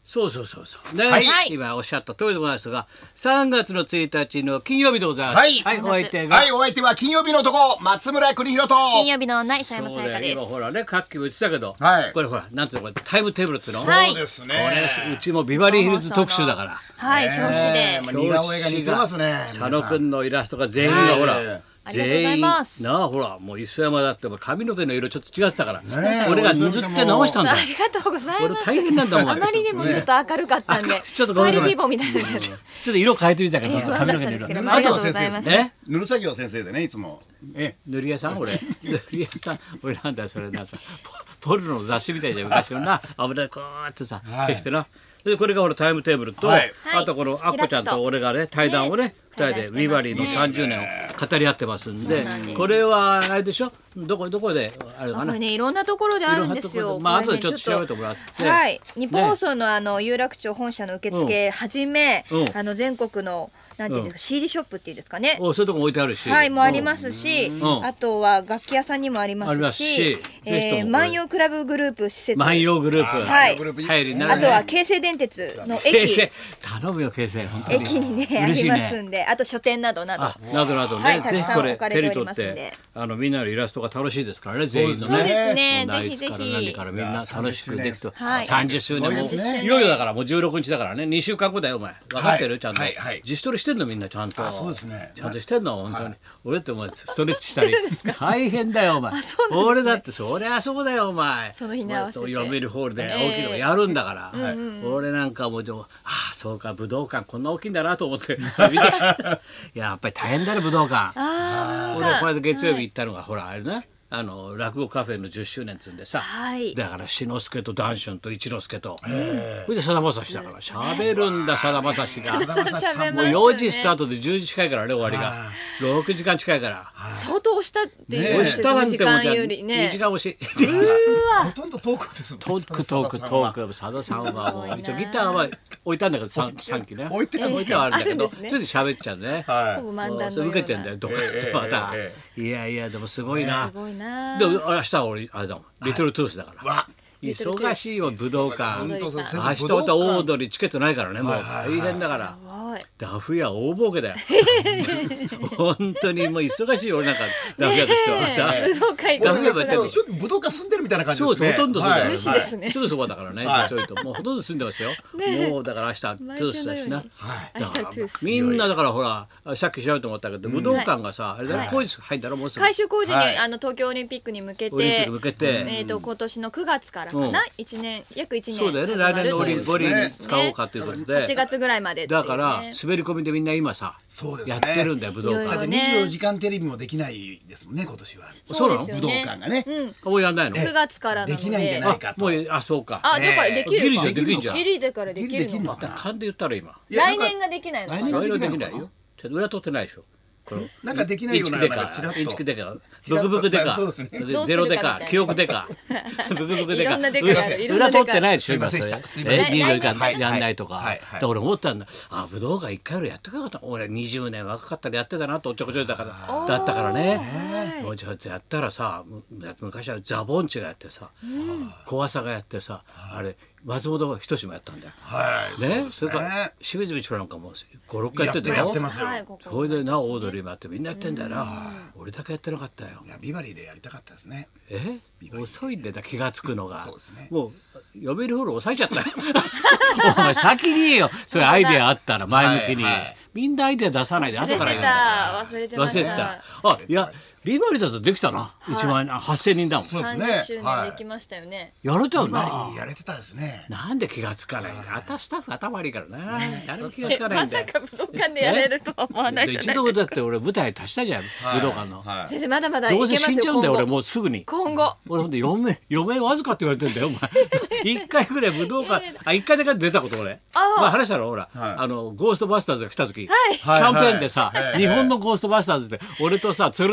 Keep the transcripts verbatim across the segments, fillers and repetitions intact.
そうそうそうそうね、 はい今おっしゃった通りでございますが、さんがつのついたちの金曜日でございます。 はいはい、お相手が、 はい、お相手は金曜日の男松村邦弘と。 金曜日の女磯山さやかです。 今ほらね、さっきも言ってたけど、 はいこれほらなんていうの、これタイムテーブルっていうの、 はいそうですね。 これうちもビバリーヒルズ特集だから。 はい、表紙で。 まあ似顔絵が似てますね。 佐野くんのイラストが全員がほら、 はいありがとうございます全員なあほらもう磯山だって髪の毛の色ちょっと違ってたから、 ねえ俺が塗って直したんだよ。 ありがとうございこれます。 大変なんだお前。 あまりにもちょっと明るかったんで、 ちょっとごめんごめんパリピボみたいなやつ。 ちょっと色変えてみたけど、 ええ髪の毛の色不安だったんですけどね。 ありがとうございますえ塗る作業先生でね、いつも。え塗り屋さん俺塗り屋さん俺なんだよそれなんかポポルノの雑誌みたいじゃん昔のな、危ないこうやってさはい消してな。でこれがほらタイムテーブルと、 はいあとこのアッコちゃんと俺がね対談をね二人でビバリーのさんじゅうねんを語り合ってますんで、 そうなんですこれはあれでしょ、どこどこであれかなこれ。ね、いろんなところであるんですよ。 いろんなところでまあこれね後でちょっと調べてもらってはい、日本放送のあの有楽町本社の受付はじめうん、 あの全国のなんていうんですか、シーディー ショップっていうんですかね。 おそういうとこ置いてあるし、 はい、もありますし、 んあとは楽器屋さんにもありまありますすしし、ぜひともえーこれ万葉クラブグループ施設、 万葉グループ、 はいグループ入りになるね。 あとは京成電鉄の京駅成頼むよ京成本当に駅にねあり嬉しいねますんで、あと書店などなど。 あなどなどね、 はいたくさんぜひこれ置かれており手に取っますんでてあのみんなのイラストが楽しいですからね、全員のね。 そうですねもうナイぜひぜひツから何からみんな楽しくできと、 はいさんじゅっしゅうねんもすごいですねいよいよだからもうじゅうろくにちだからね、にしゅうかんごだよお前分かってる、 はいちゃんと、 はいはい自主トレしてんのみんなちゃんと。 あそうですねちゃんとしてんの本当に、俺ってお前ストレッチしたり大変だよお前、 そうなんですね俺だってそりゃそうだよお前、 その日に合わせてそう読売ホールでええ大きいのがやるんだから、俺なんかもうでもああそうか武道館こんな大きいんだなと思って見てきたやっぱり大変だね武道館。 あ俺これで月曜日行ったのが、ほらあれね、あの落語カフェのじゅっしゅうねんっつうんでさ、 はいだから志の輔と談春と一之輔と、それでさだまさしだから喋るんださだまさしがさだまさしさんももうよじスタートでじゅうじ近いからね終わりがろくじかん近いからー相当押したっていうねえことですよね、時間じゃよりねにじかん押しほとんどトークですもんね。 トークトークトークさださんはもう一応ギターは置いたんだけど 3, 三機ね置いてある置いてはあるんだけどあるんですねつい喋っちゃうね。 はほぼ漫談のような。 そう受けてんだよどっかってまた、 ええいやいやでもすごいな、 すごいな。 でも明日は俺あれだもんリトルトゥースだから、 わ忙しいよ武道館。 本当そう先生明日またオードリーチケットないからねもう大変だから。 はい。 ダフ屋大儲けだよ本当にもう忙しいよ俺なんかダフ屋としてはさ、 武道会がダフ屋ばっかりもうしょ武道館住んでるみたいな感じですね。 そうそうほとんどそうだよ、 はい主ですねすぐそばだからね、 はいちょいともうほとんど住んでますよ、もうだから明日トゥースだしな、 はい。 明日トゥース。 みんなだからほらさっき調べて思ったけど、武道館がさあれだよ工事入んだろもうすぐ改修工事に、 はいあの東京オリンピックに向けて、 オリンピックに向けてえっ、と今年のくがつからかな、 うん一年約一年そうだよね来年のオリン五輪に使おうかということで、 はちがつぐらいまでっていうね、 だから滑り込みでみんな今さ、 そうですねやってるんだよ武道館いろいろねだってにじゅうよじかんテレビもできないですもんね今年は。 そうなの武道そうですよね館がね。 もうやんないのくがつからなのでできないんじゃないかと。 あもうあそうかあ、だからできるギリじゃかんできんじゃんギリだからできるのかギリできんのかな勘で言ったら今いやなんか来年ができないのか来年な来年できないよちょっと裏取ってないでしょこのなんかできないようなインチキデカなんかチラッとインチキデカチラッとブクブクデカそうですねどうすゼロデるかみたいなカ記憶デカブクブクデカいろんなデカがあるいろんな裏デカ取ってないでしょ今それすいませんでしたすいませんえにじゅうよじかんはいやんないとかはいはいだから俺思ったんだあ武道館一回ぐらいやってかよかった俺にじゅうねん若かったらやってたなとおっちょこちょいだからだったからねもうちょっとやったらさむ昔はザ・ボンチがやってさ小朝がやってさあれ松本人志もやったんだよはい。 ねそれからね清水道なんかもごろっかいやってたよやってますよ。 はい、ここそれでなオードリーもやってみんなやってんだよな俺だけやってなかったよいやビバリーでやりたかったですね。 え遅いんだよ気がつくのがそうですねもう読める方抑えちゃったよお前先に言えよそれアイデアあったら前向きに、 はいはいみんなアイデア出さないで忘れて後から言うんだからた忘れてました忘れてたあいやビバリーだとできたな、いちまん円はっせんにんだもんそうですねさんじゅっしゅうねんはいできましたよね、 やれたよビバリなーやれてたですね。 なんで気がつかないんだあたスタッフ頭悪いからな誰も気がつかないまんだよさか武道館でやれるとは思わないじゃ一ない度だって俺舞台足したじゃん、武道館の、 はい。 先生まだまだいどうけますよせ死んじゃうんだよ今後俺もうすぐに今後俺ほんで余命余命わずかって言われてんだよお前一回ぐらい武道館あ一回だけ出たこと俺あーまあ話したらほら、 はいあのゴーストバスターズが来た時、 はいキャンペーンでさ、 はいはい日本のゴーストバスターズで俺とさ鶴太郎と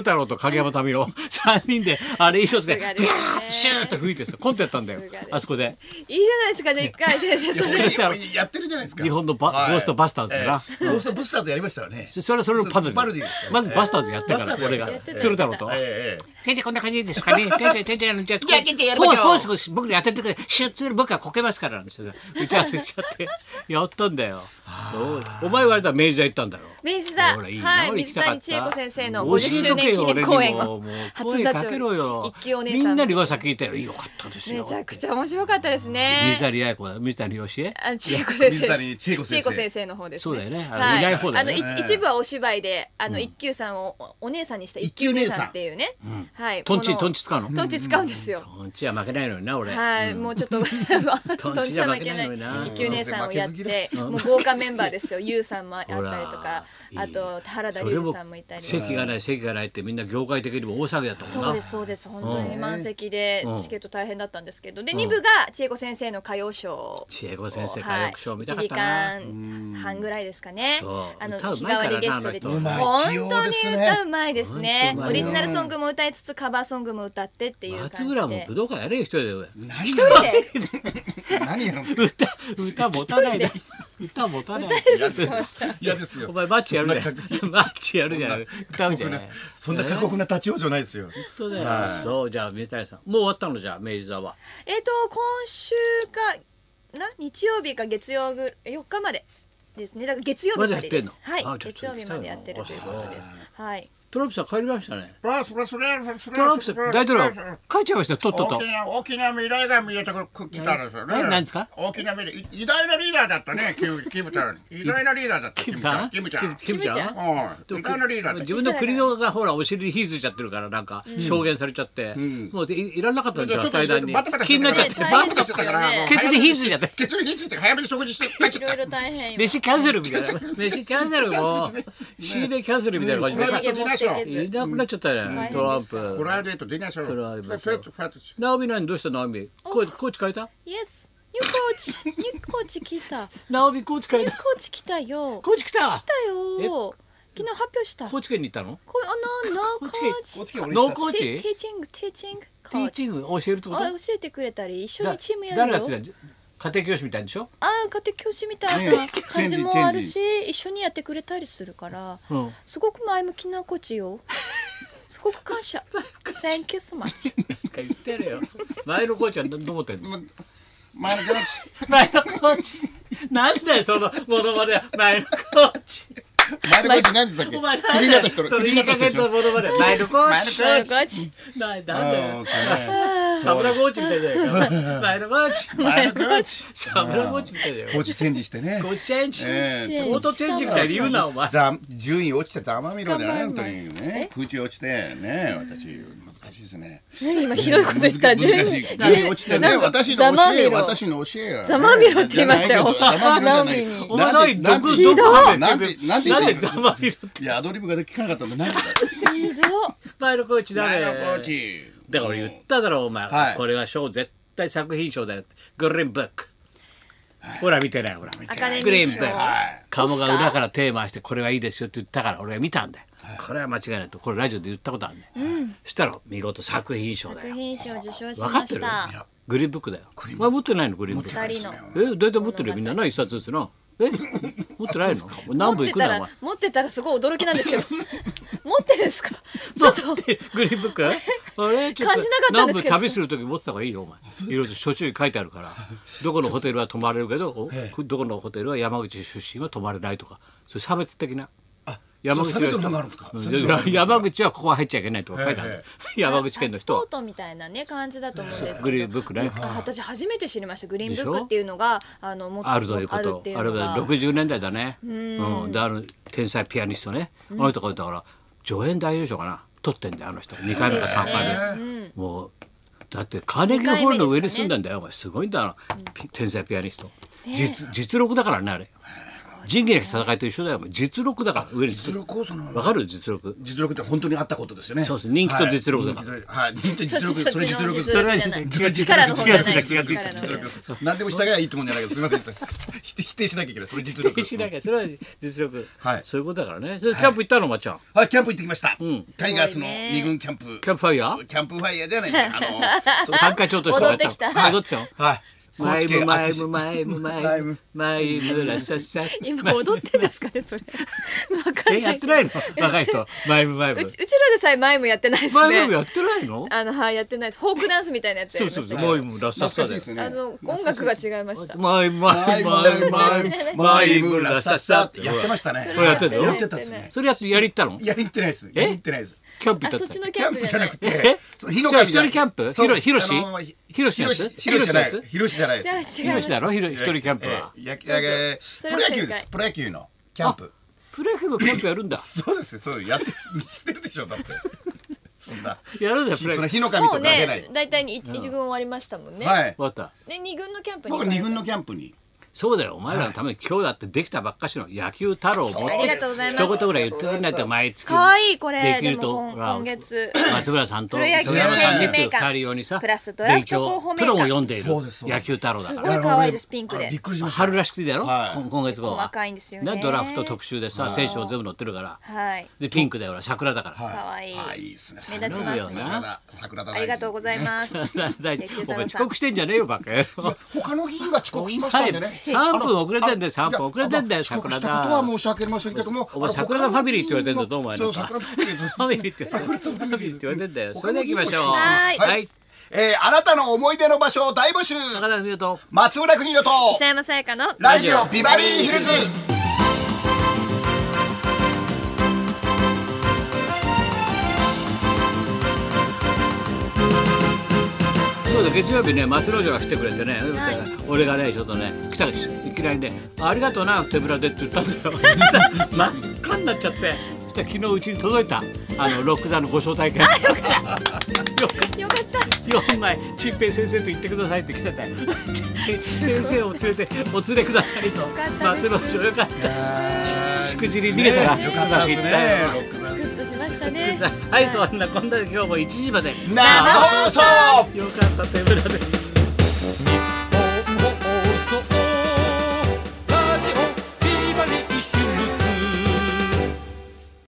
影山民夫さんにんであれ一つでビャさすがですねーッとシューッと吹いてさコントやったんだよさすがですあそこでいいじゃないですかでっかい先生それそしたらやってるじゃないですか。 日本のバはいゴーストバスターズだなええゴーストブスターズやりましたよね。 それはそれのパロディパロディですからねまずバスターズやってからバスターズ俺がやってた鶴太郎とええ先生こんな感じですかね。先生先生あのじゃあじゃあ先生やりましょうこうこう少し僕に当ててくれ。シュッと僕はこけますからなんですよ。打ち合わせしちゃってやったんだよ。そうお前はあれだ明治大行ったんだろ。 明治だほらいいなはい俺行きたかった水谷千恵子先生のごじゅっしゅうねん記教えとけよ念公演を俺にももう初声かけろ座長よ一級お姉さんみんなに噂聞いたよよかったですよめちゃくちゃ面白かったですね水谷八重子だ水谷芳恵あ千恵子先生水谷千恵子先生千恵子先生の方ですねそうだよねあのはいいない方だよねあの一一部はお芝居であの一級さんをおお姉さんにした一級姉さんっていうねはいトンチものをトンチ使うのトンチ使うんですよトンチは負けないのにな俺はい、もうちょっとトンチは負けない一級姉さんをやってもう豪華メンバーですよユウさんもあったりとかほらあと原田それも龍さんもいたり席がない席がないってみんな業界的にも大騒ぎだったもんなそうですそうです本当に満席でうんチケット大変だったんですけどでに部が千恵子先生の歌謡ショー千恵子先生歌はい謡ショー見たかっ 1時たな間半ぐらいですかねそうあの日歌うまいからな替わりゲストであの人本うまい器用当にですね歌うまいですね本当うまいオリジナルソングも歌いつつカバーソングも歌ってっていう感じ松村もで武道館やれよ一人で何一人で何やるんですか。 歌歌持たないで歌持たない嫌ですよ。嫌ですよ。 お前マッチやるじゃんそんな過マッチやるじゃん歌うじゃん酷なそんな過酷な立ち往生ないですよ。 本当だよそうじゃあ水谷さんもう終わったのじゃあ明治座はえっと今週かな日曜日か月曜ぐよっかまでですねだから月曜日まででまだやってんのすはいあじゃあ月曜日までやってるということですはいトランプさん帰りましたねプラスプラスプラストランプさん大統領帰っちゃいましたよとっとと大きな大きな未来が見えてきたんですよね。 え何ですか大きな未来、い偉大なリーダーだったね、キムキムちゃん。偉大なリーダーだった。 キムさんキムちゃん。 キムちゃんキムちゃんうん、偉大なリーダーだった。 自分の国のがほらお尻に火ついちゃってるからなんか証言されちゃってもういいらなかったんですよ対談にバタバタ気になっちゃって大変バタバタしてたから、 ですよねケツに火ついちゃってケツに火ついて早めに食事して帰っちゃった。 いろいろ大変今飯キャンセルみたいな飯キャンセルも仕入れキャンセルみたいな感じでプライベートディナーショー。 いなくなっちゃったよねトランププライベートディナーショー。 プライベートフェットフェット。 ナオミ何どうしたナオミコーチコーチ変えた Yes ニューコーチニューコーチ来たナオミコーチ変えたニューコーチ来たよコーチ来た来たよ昨日発表した高知県に行ったのこあのノーコーチ高知県俺ノー行ったコーチティーチングティーチングテコーチィーチング教えるってことあ教えてくれたり一緒だにチームやるよ誰がついたの家庭教師みたいでしょああ家庭教師みたいな感じもあるし一緒にやってくれたりするからうんすごく前向きなコーチよすごく感謝 Thank you so much なんか言ってるよ前のコーチはどう思ってんの前のコーチ。 前のコーチなんだよそのものまね前のコーチ前のコーチ何でしたっけ。 お前クリーンだった人。 そクリーンれ言いかけだった人でしょ。 のものまね前のコーチ前のコーチななんだようんそうねサムラコーチみたいじゃないか前のコーチ前のコーチ。 サムラコーチみたいじゃないコーチチェンジしてねコ。ーチチェンジええオートチェンジみたいに言うなお前ざ順位落ちてざまみろだよね本当に頑張ね空中落ちてね私難しいですね何今ひどいこと言った難順しい位順位落ちてね私のざま教えみろ私の教えざまみろって言いましたよざまみろじゃないナオミにお前何なんで毒ひどい毒なんでなんでなんでざまみろいやアドリブができなかったんだ何だひど前のコーチだね前のコーチ。 だから俺言っただろお前、 はいこれは賞絶対作品賞だよってグリーンブック、ほら見てないほらアカデミグリーンブッー賞ク鴨が裏からテーマしてこれはいいですよって言ったから俺が見たんだよ、これは間違いないとこれラジオで言ったことあるね、そしたら見事作品賞だ作よ品賞受賞し分かってるましたグリーンブックだよお前持ってないのグリーンブック二人のえ大体持ってるよみんなな一冊ずつなえ持ってないの何部持ってたいくんだお前ら持ってたらすごい驚きなんですけど持ってるんですかちょっと持ってグリーンブックあれちょっと感じなかったんですけど南部旅する時持ってた方がいいよお前いろいろ書中に書いてあるからどこのホテルは泊まれるけどおどこのホテルは山口出身は泊まれないとかそういう差別的なあ山口そう差別のがあるんですかうん差別のがある山口はここは入っちゃいけないとか書いてある山口県の人はパスポートみたいなね感じだと思うんですけどグリーンブックねあ私初めて知りましたグリーンブックっていうのがあのもっとあるというこあるとっていうのがあれはろくじゅうねんだいだねうんであの天才ピアニストねあの人がだから助演男優賞かな取ってんだよあの人にかいめかさんかいめもうだってカーネギーホールの上に住んだんだよお前すごいんだなピ天才ピアニスト実実力だからねあれ。仁義なき戦いと一緒だよ。実力だから上に実力をそのわかる実力。 実力って本当にあったことですよね。 そうです。人気と実力だから。 はい、人気と実力、それ実力。 それは力の方じゃない。力の方。 何でも従えばいいと思うんじゃないけど、すみません。否定しなきゃいけない。それ実力。 否定しなきゃ、それは実力。 はい。 そういうことだからね。それキャンプ行ったのまっちゃん。 はい、キャンプ行ってきました。タイガースの二軍キャンプ。 キャンプファイヤー？ キャンプファイヤーじゃないですか。あの、ハンカチ落とした踊ってきた。 踊ってたよ。 はい。 マイムマイムマイムマイムマイムラササ。 今踊ってんですかねそれ。わかんない。 え、やってないの？若い人。マイムマイム。 うちらでさえマイムやってないですね。 マイムやってないの？ あのはいやってないです。フォークダンスみたいなやつやりました。 そうそうマイムラササで。 あの音楽が違いました。 マイムマイムマイムマイムマイムラササってやってましたね。 やってたよ。 やってたですね。 それやつやり行ったの？ やり行ってないです。やり行ってないです。 キャンプ行った。 そっちのキキャンプャンプじゃなくじゃなくて、 え？ 日の神一人キャンプ？ひろひろし？ひろしのやつ？ ひろしじゃない。ひろしじゃないです。 ひろしだろ？ひろ一人キャンプは。 野球、プロ野球です。プロ野球のキャンプ。 プロ野球もキャンプやるんだ。 そうですよ。そうやって知ってるでしょだって。そんな。 やるんだよプロ野球。 その日の神とか出ない。 だいたい一軍終わりましたもんね。 はい。 終わった。 で二軍のキャンプに。 僕二軍のキャンプに。 そうだよお前らのために今日だってできたばっかしの野球太郎を持ってありがとうございます一言ぐらい言ってくれないと毎月かわいいこれできるとでも今今月松村さんとプロ野球選手名鑑二人用にさプラスドラフト候補名鑑プロも読んでいるそうですそうです野球太郎だすごいから可愛いですピンクでびっくりしました。 春らしくてだろはい今今月号は細かいんですよねドラフト特集でさ選手を全部載ってるからはいでピンクだよ桜だから可愛いはい、いいですね。 目立ちますね桜だ、桜だ大臣。 ありがとうございます大野球太お前郎さん遅刻してんじゃねえよバカ野郎他の議員が遅刻しましたんでね。 さんぷん遅れてんだよさんぷん遅れてんだよ遅刻桜したことはだ申し訳ありませんけども。 お前桜田ファミリーって言われてんだどうお前そう、 なんか桜田ファミリー。 ファミリーってファミリーって言われてんだよそれで行きましょうはいはいえー、あなたの思い出の場所を大募集。 中田美と松村邦洋と磯山さやかのラジオビバリーヒルズ。 そうだ月曜日ね松之丞が来てくれてね、俺がねちょっとね来たいきなりねありがとうな手ぶらでって言ったんだよ真っ赤になっちゃってそしたら昨日うちに届いたあのロック座のご招待券よかったよかったよんまいちんぺい先生と言ってくださいって来てたよ先生を連れてお連れくださいと松之丞よかったしくじり逃げたらうまくいったよスクッとしましたねはいそんなこんなで今日もいちじまで生放送。 よかった手ぶらで。